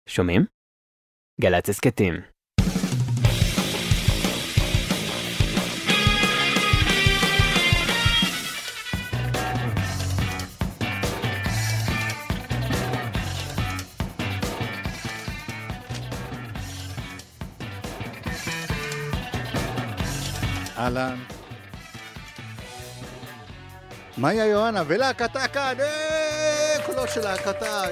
שומעים? גל"צ הסכתים. אהלן. מאיה יואנה ולהקתה כאן, קולות של להקתה,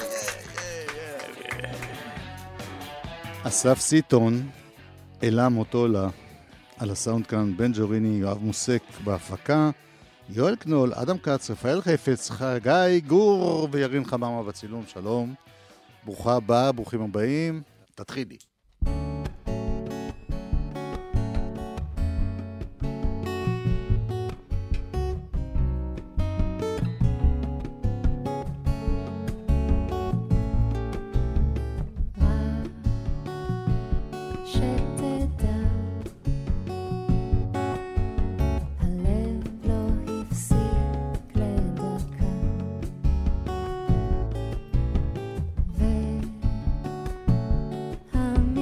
אסף סיטון, אלה מוטולה, על הסאונד כאן, בן ג'וריני, יואב מוסק בהפקה, יואל קנול, אדם קץ, רפאל חפץ, חגי גור וירין חממה בצילום, שלום, ברוכה הבאה, ברוכים הבאים, תתחילי. I'm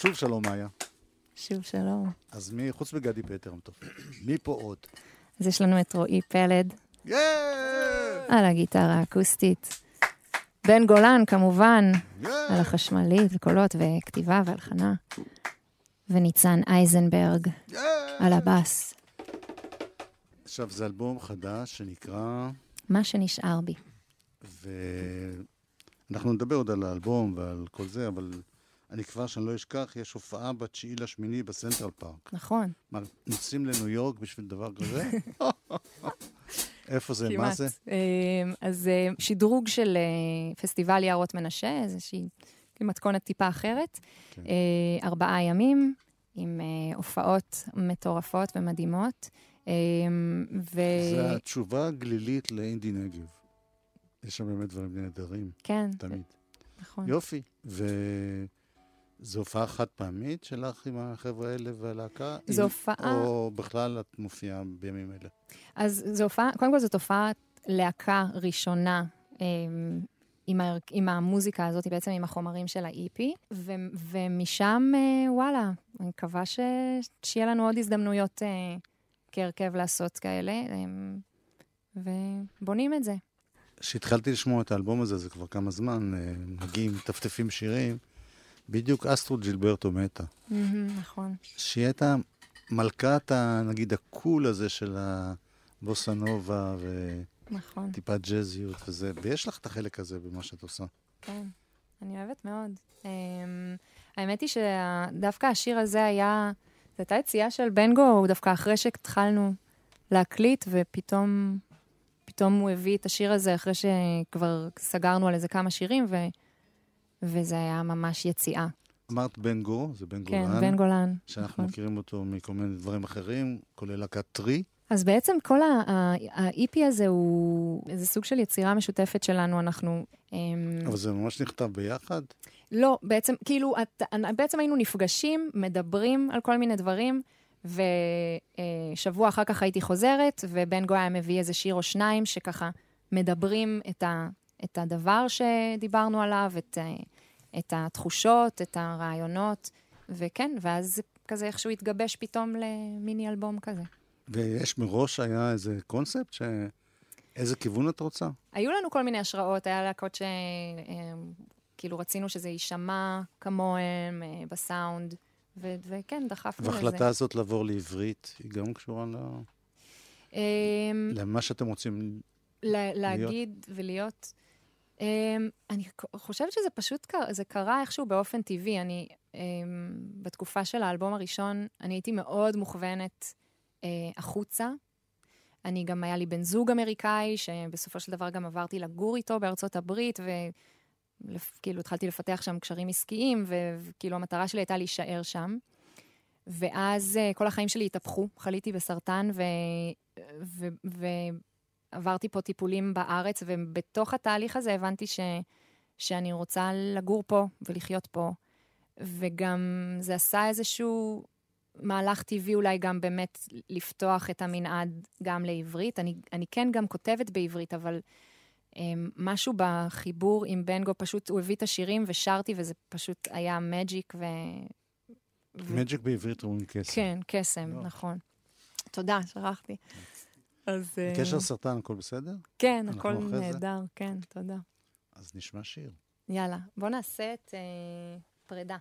שוב שלום, מאיה. שוב שלום. אז מי, חוץ מגדי פטר, מי פה עוד? אז יש לנו את רועי פלד. על הגיטרה האקוסטית. בן גולן, כמובן, על החשמלית, וקולות, וכתיבה והלחנה. וניצן אייזנברג, על הבאס. עכשיו, זה אלבום חדש שנקרא... מה שנשאר בי. ואנחנו נדבר עוד על האלבום ועל כל זה, אבל אני כבר שאני לא אשכח, יש הופעה ב9/8 בסנטרל פארק. נכון. מה, נוסעים לניו יורק בשביל דבר כזה? איפה זה? מה זה? אז שדרוג של פסטיבל יערות מנשה, איזושהי מתכונת טיפה אחרת. 4 ימים עם הופעות מטורפות ומדהימות. זה התשובה הגלילית לאינדי נגב. יש שם באמת דברים נהדרים. כן. תמיד. נכון. יופי. וזו הופעה חד פעמית שלך עם החבר'ה האלה והלהקה? זו הופעה... או בכלל את מופיעה בימים אלה? אז זו הופעה, קודם כל זאת הופעת להקה ראשונה עם המוזיקה הזאת, בעצם עם החומרים של ה-EP, ומשם, וואלה, אני מקווה שיהיה לנו עוד הזדמנויות כהרכב לעשות כאלה, ובונים את זה. כשהתחלתי לשמוע את האלבום הזה, זה כבר כמה זמן, מגיעים, טפטפים שירים, בדיוק אסטרוד ג'ילברטו מתה. נכון. שהיא הייתה מלכת, נגיד, הקול הזה של הבוסה נובה, נכון. וטיפה ג'זיות וזה, ויש לך את החלק הזה במה שאת עושה. כן, אני אוהבת מאוד. האמת היא שדווקא השיר הזה היה, זו הייתה יציאה של בנגו, דווקא אחרי שהתחלנו להקליט, ופתאום הוא הביא את השיר הזה אחרי שכבר סגרנו על איזה כמה שירים, וזה היה ממש יציאה. אמרת בנגו, זה בן גולן. כן, בן גולן. שאנחנו מכירים אותו מכל מיני דברים אחרים, כולל להקת טרי. אז בעצם כל ה-EP הזה הוא איזה סוג של יצירה משותפת שלנו, אנחנו... אבל זה ממש נכתב ביחד? לא, בעצם, כאילו, בעצם היינו נפגשים, מדברים על כל מיני דברים, ושבוע אחר כך הייתי חוזרת, ובן גו היה מביא איזה שיר או שניים, שככה מדברים את הדבר שדיברנו עליו, את התחושות, את הרעיונות, וכן, ואז זה כזה איכשהו התגבש פתאום למיני אלבום כזה. ויש מראש היה איזה קונספט איזה כיוון את רוצה? היו לנו כל מיני השראות, היה להקות כאילו רצינו שזה יישמע כמוהם בסאונד, וכן, דחפנו לזה. וההחלטה הזאת לעבור לעברית, היא גם קשורה למה שאתם רוצים להגיד ולהיות. אני חושבת שזה פשוט, זה קרה איכשהו באופן טבעי. אני, בתקופה של האלבום הראשון, אני הייתי מאוד מוכוונת החוצה. אני גם היה לי בן זוג אמריקאי, שבסופו של דבר גם עברתי לגור איתו בארצות הברית, וכאילו התחלתי לפתח שם קשרים עסקיים, וכאילו המטרה שלי הייתה להישאר שם. ואז כל החיים שלי התהפכו, חליתי בסרטן, ועברתי פה טיפולים בארץ, ובתוך התהליך הזה הבנתי שאני רוצה לגור פה ולחיות פה. וגם זה עשה איזשהו מהלך טבעי אולי גם באמת לפתוח את המנעד גם לעברית. אני כן גם כותבת בעברית, אבל משהו בחיבור עם בנגו, פשוט הוא הביא את השירים ושרתי, וזה פשוט היה מג'יק מג'יק בעברית אומרים קסם. כן, קסם, נכון. תודה, שרחתי. בקשר סרטן, הכל בסדר? כן, הכל נהדר, כן, תודה. אז נשמע שיר. יאללה, בוא נעשה את פרידה.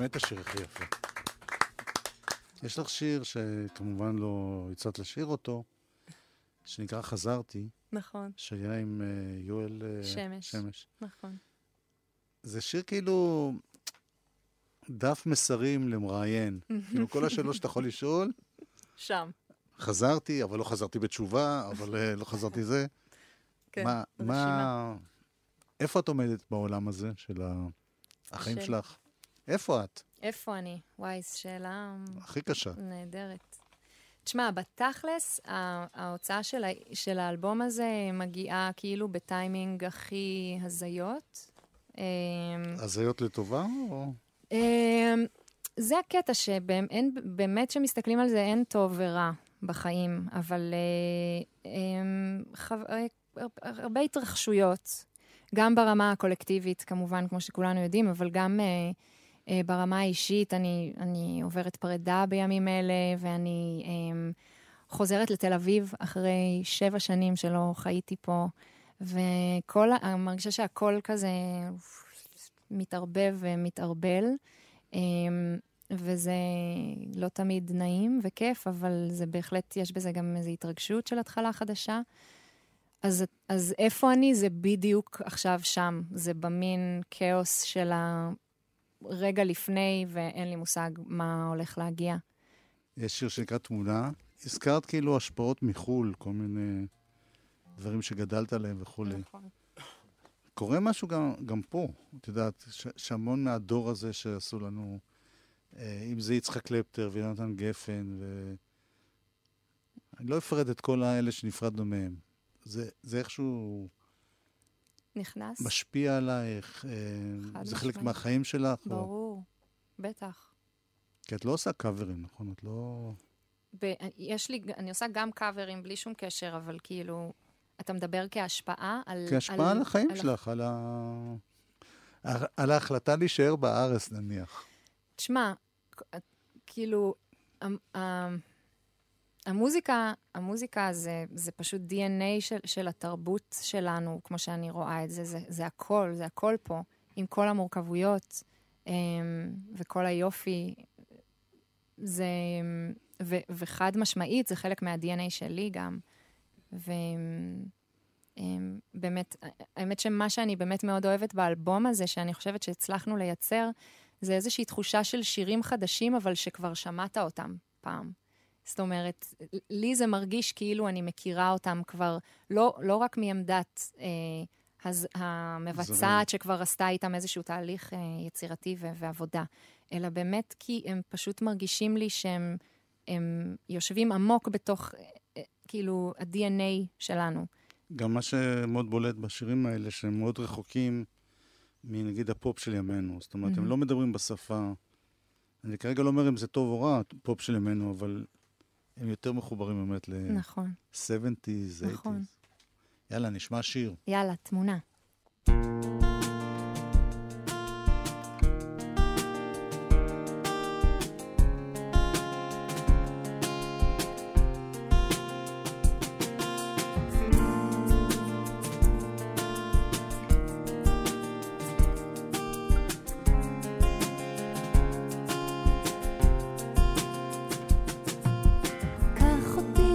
באמת השיר הכי יפה. יש לך שיר שכמובן לא יצאת לשיר אותו, שנקרא חזרתי. נכון. שהיה עם יואל שמש. נכון. זה שיר כאילו דף מסרים למראיין. כאילו כל השאלות שאתה יכול לשאול. שם. חזרתי, אבל לא חזרתי בתשובה, אבל לא חזרתי זה. כן, מה... איפה את עומדת בעולם הזה של החיים שלך? איפה את? איפה אני? וואי, זו שאלה... הכי קשה. נהדרת. תשמע, בתכלס, ההוצאה של האלבום הזה מגיעה כאילו בטיימינג הכי הזיות. הזיות לטובה או... זה הקטע שבאמת שמסתכלים על זה אין טוב ורע בחיים, אבל הרבה התרחשויות, גם ברמה הקולקטיבית, כמובן, כמו שכולנו יודעים, אבל גם ברמה האישית, אני עוברת פרידה בימים אלה, ואני חוזרת לתל אביב אחרי 7 שנים שלא חייתי פה, אני מרגישה שהכל כזה מתערבב ומתערבל, וזה לא תמיד נעים וכיף, אבל זה בהחלט, יש בזה גם איזו התרגשות של התחלה חדשה. אז איפה אני? זה בדיוק עכשיו שם. זה במין כאוס של הרגע לפני, ואין לי מושג מה הולך להגיע. יש שיר שנקרא תמונה. הזכרת כאילו השפעות מחול, כל מיני דברים שגדלת עליהם וכו'. נכון. קורה משהו גם פה. את יודעת, שהמון מהדור הזה שעשו לנו, אם זה יצחק קלפטר ויונתן גפן, אני לא אפרד את כל האלה שנפרדנו מהם. זה איכשהו נכנס? משפיע עלייך? זה חלק מהחיים שלך? ברור, בטח. כי את לא עושה קאברים, נכון? את לא... אני עושה גם קאברים בלי שום קשר, אבל כאילו, אתה מדבר כהשפעה על... כהשפעה על החיים שלך, על ההחלטה להישאר בארץ, נניח. תשמע, כאילו, המוזיקה זה פשוט DNA של התרבות שלנו, כמו שאני רואה את זה. זה הכל פה, עם כל המורכבויות וכל היופי. וחד משמעית, זה חלק מה-DNA שלי גם. ובאמת, האמת שמה שאני באמת מאוד אוהבת באלבום הזה, שאני חושבת שהצלחנו לייצר, זה איזושהי תחושה של שירים חדשים, אבל שכבר שמעת אותם פעם. זאת אומרת, לי זה מרגיש כאילו אני מכירה אותם כבר, לא רק מעמדת המבצעת שכבר עשתה איתם איזשהו תהליך יצירתי ועבודה, אלא באמת כי הם פשוט מרגישים לי שהם יושבים עמוק בתוך כאילו ה-DNA שלנו. גם מה שמאוד בולט בשירים האלה, שהם מאוד רחוקים מנגיד הפופ של ימינו. זאת אומרת, הם לא מדברים בשפה. אני כרגע לא אומר אם זה טוב או רע, פופ של ימינו, אבל הם יותר מחוברים באמת ל-70s, 80s. יאללה, נשמע שיר. יאללה, תמונה.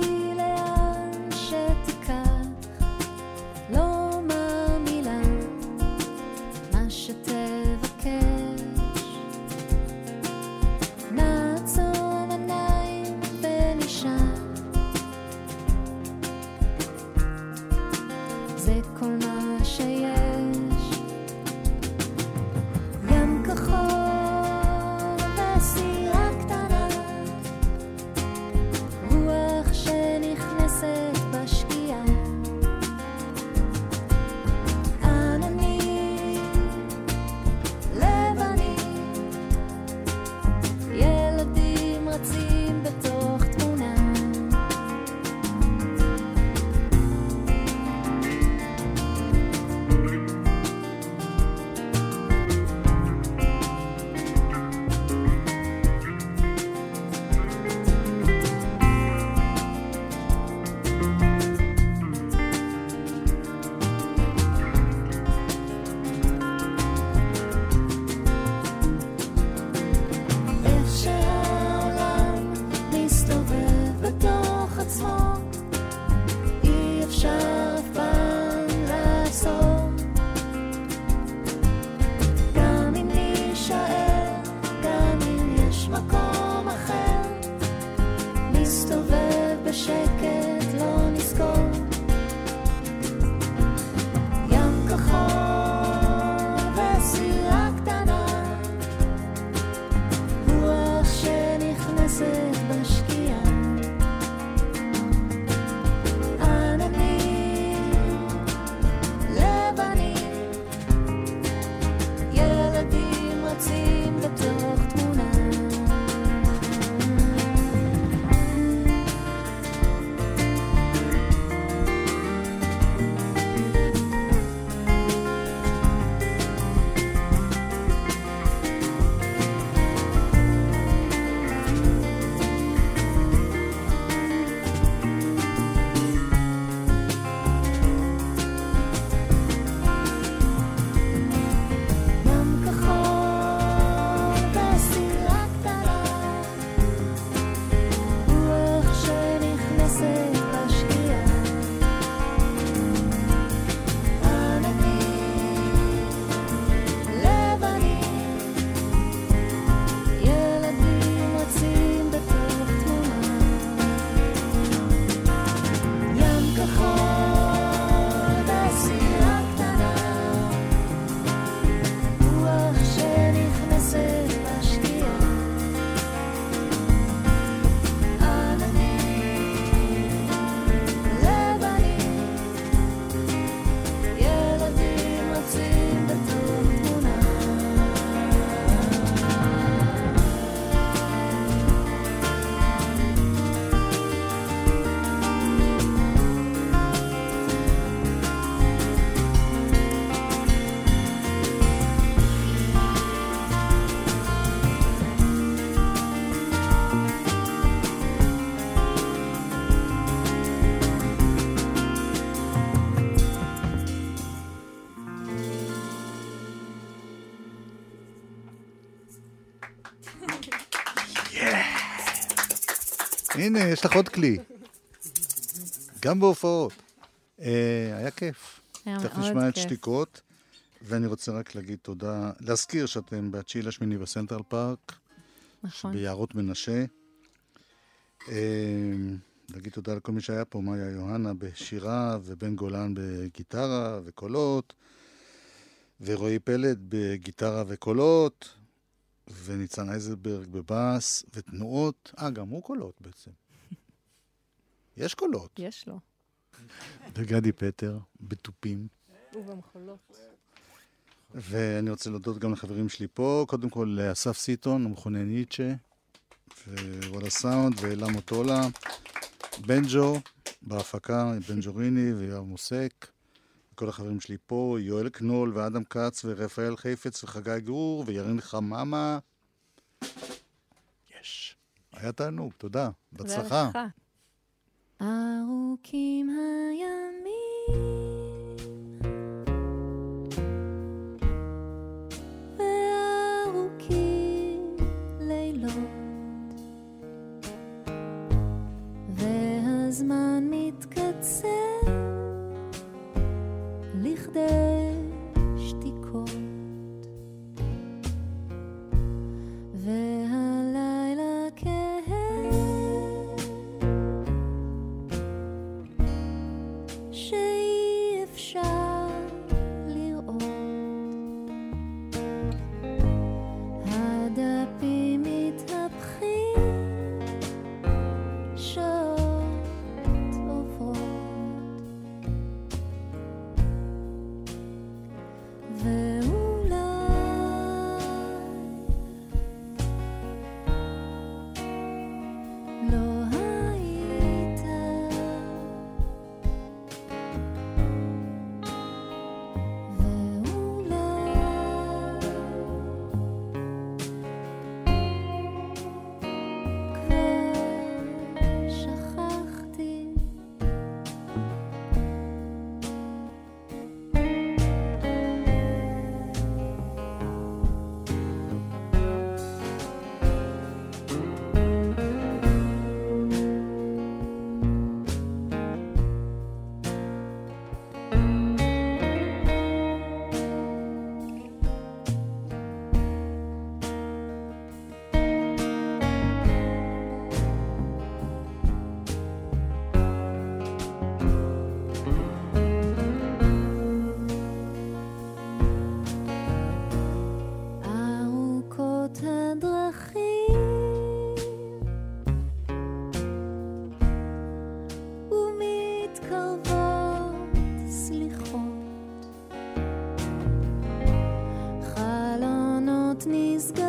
לא מאמינה הנה, יש לך עוד כלי. גם בהופעות. היה כיף. היה תכף מאוד נשמע את כיף. שתיקות, ואני רוצה רק להגיד תודה, להזכיר שאתם ב9/8 בסנטרל פארק, נכון. ביערות מנשה. להגיד תודה לכל מי שהיה פה, מאיה יוהנה בשירה, ובן גולן בגיטרה וקולות, ורועי פלד בגיטרה וקולות, וניצן אייזלברג בבאס, ותנועות, גם הוא קולות בעצם. יש קולות. יש לו. וגדי פטר, בטופים. ובמחולות. ואני רוצה להודות גם לחברים שלי פה, קודם כל לאסף סיטון, המכונה ניטשה, ווואלה סאונד, ואלה מוטולה, בנג'ו, בהפקה, בנג'וריני ויואב מוסק, וכל החברים שלי פה, יואל קנול ואדם כץ ורפאל חיפץ וחגי גור וירין חממה. יש. היה תענוג, תודה. בהצלחה. תודה לך. ארוכים הימים וארוכים לילות והזמן מתקצר לכדי שתיקות והלילה שאי אפשר לראות הדפים מתהפכים שעות עוברות ואולי לא היית שכחתי ארוכות הדרכים ומתקרבות סליחות חלונות נסגרים